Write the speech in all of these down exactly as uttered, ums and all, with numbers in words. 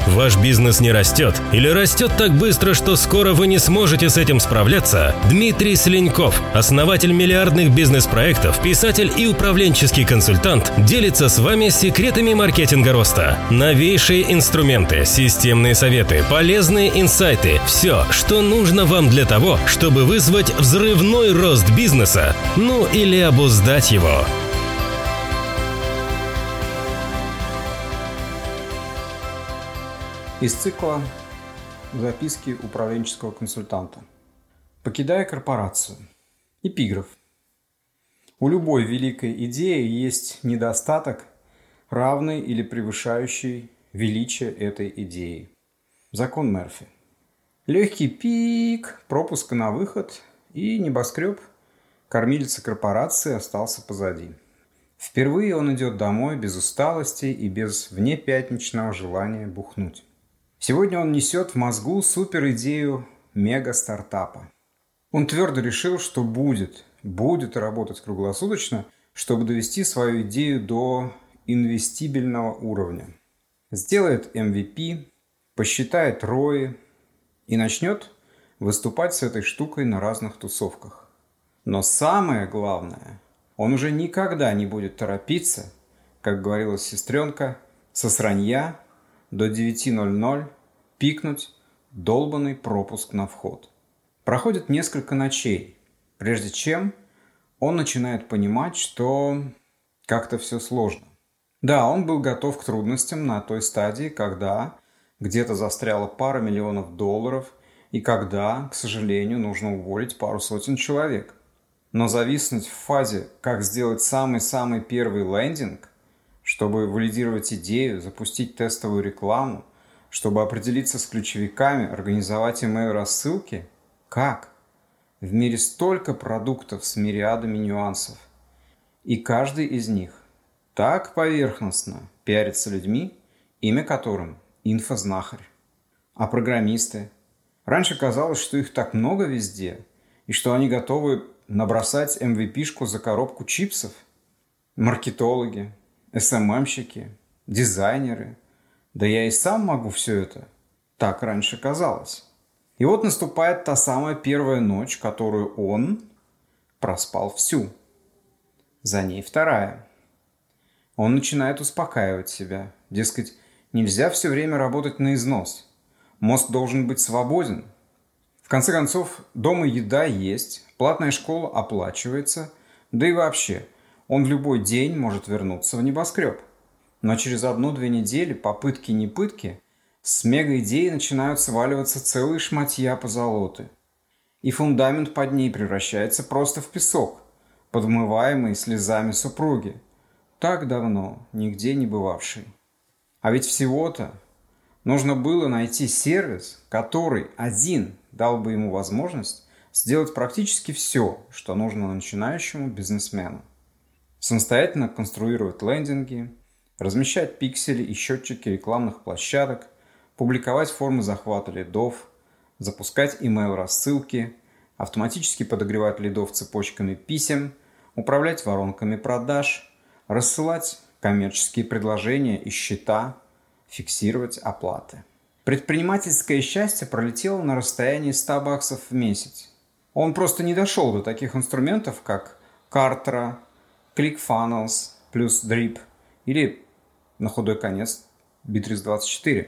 Ваш бизнес не растет или растет так быстро, что скоро вы не сможете с этим справляться? Дмитрий Слиньков, основатель миллиардных бизнес-проектов, писатель и управленческий консультант, делится с вами секретами маркетинга роста. Новейшие инструменты, системные советы, полезные инсайты – все, что нужно вам для того, чтобы вызвать взрывной рост бизнеса, ну или обуздать его. Из цикла «Записки управленческого консультанта». Покидая корпорацию. Эпиграф. У любой великой идеи есть недостаток, равный или превышающий величие этой идеи. Закон Мерфи. Легкий пик пропуска на выход, и небоскреб кормилицы корпорации остался позади. Впервые он идет домой без усталости и без внепятничного желания бухнуть. Сегодня он несет в мозгу суперидею мега-стартапа. Он твердо решил, что будет, будет работать круглосуточно, чтобы довести свою идею до инвестибельного уровня. Сделает эм ви пи, посчитает рои и начнет выступать с этой штукой на разных тусовках. Но самое главное, он уже никогда не будет торопиться, как говорила сестренка, со сранья до девяти ноль-ноль пикнуть долбанный пропуск на вход. Проходит несколько ночей, прежде чем он начинает понимать, что как-то все сложно. Да, он был готов к трудностям на той стадии, когда где-то застряла пара миллионов долларов и когда, к сожалению, нужно уволить пару сотен человек. Но зависнуть в фазе, как сделать самый-самый первый лендинг, чтобы валидировать идею, запустить тестовую рекламу, чтобы определиться с ключевиками, организовать email-рассылки? Как? В мире столько продуктов с мириадами нюансов. И каждый из них так поверхностно пиарится людьми, имя которым инфознахарь. А программисты? Раньше казалось, что их так много везде, и что они готовы набросать эм ви пи-шку за коробку чипсов. Маркетологи, эс эм эм-щики, дизайнеры. Да я и сам могу все это. Так раньше казалось. И вот наступает та самая первая ночь, которую он проспал всю. За ней вторая. Он начинает успокаивать себя. Дескать, нельзя все время работать на износ. Мозг должен быть свободен. В конце концов, дома еда есть, платная школа оплачивается, да и вообще, он в любой день может вернуться в небоскреб. Но через одну-две недели, попытки-не пытки, с мега-идеи начинают сваливаться целые шматья позолоты. И фундамент под ней превращается просто в песок, подмываемый слезами супруги, так давно нигде не бывавший. А ведь всего-то нужно было найти сервис, который один дал бы ему возможность сделать практически все, что нужно начинающему бизнесмену. Самостоятельно конструировать лендинги, размещать пиксели и счетчики рекламных площадок, публиковать формы захвата лидов, запускать email-рассылки, автоматически подогревать лидов цепочками писем, управлять воронками продаж, рассылать коммерческие предложения и счета, фиксировать оплаты. Предпринимательское счастье пролетело на расстоянии ста баксов в месяц. Он просто не дошел до таких инструментов, как Kartra, ClickFunnels плюс Drip или, на худой конец, Bittrex двадцать четыре.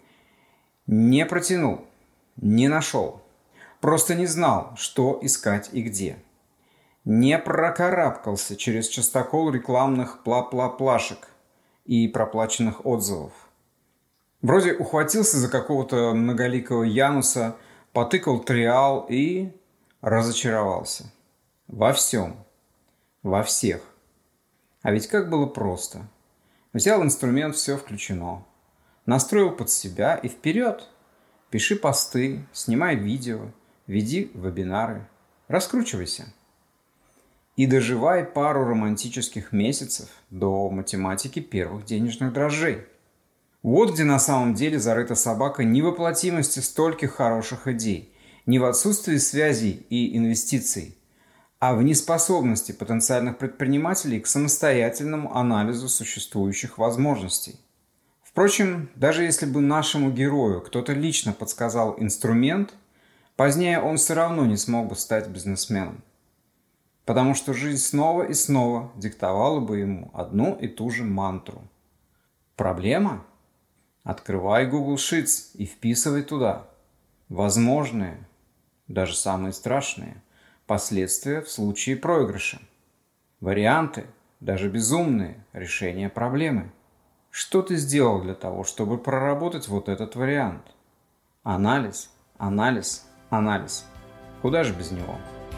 Не протянул, не нашел. Просто не знал, что искать и где. Не прокарабкался через частокол рекламных пла-пла-плашек и проплаченных отзывов. Вроде ухватился за какого-то многоликого Януса, потыкал триал и разочаровался. Во всем. Во всех. А ведь как было просто. Взял инструмент, все включено. Настроил под себя и вперед. Пиши посты, снимай видео, веди вебинары. Раскручивайся. И доживай пару романтических месяцев до математики первых денежных дрожжей. Вот где на самом деле зарыта собака невоплотимости стольких хороших идей. Не в отсутствии связей и инвестиций, а в неспособности потенциальных предпринимателей к самостоятельному анализу существующих возможностей. В Впрочем, даже если бы нашему герою кто-то лично подсказал инструмент, позднее он все равно не смог бы стать бизнесменом. Потому что жизнь снова и снова диктовала бы ему одну и ту же мантру. Проблема? Открывай Google Sheets и вписывай туда возможные, даже самые страшные, последствия в случае проигрыша. Варианты, даже безумные, решения проблемы. Что ты сделал для того, чтобы проработать вот этот вариант? Анализ, анализ, анализ. Куда же без него?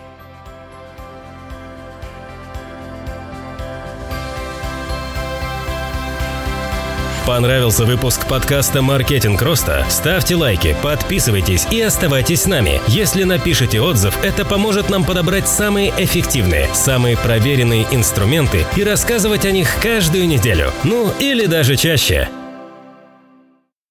Понравился выпуск подкаста «Маркетинг роста»? Ставьте лайки, подписывайтесь и оставайтесь с нами. Если напишите отзыв, это поможет нам подобрать самые эффективные, самые проверенные инструменты и рассказывать о них каждую неделю. Ну, или даже чаще.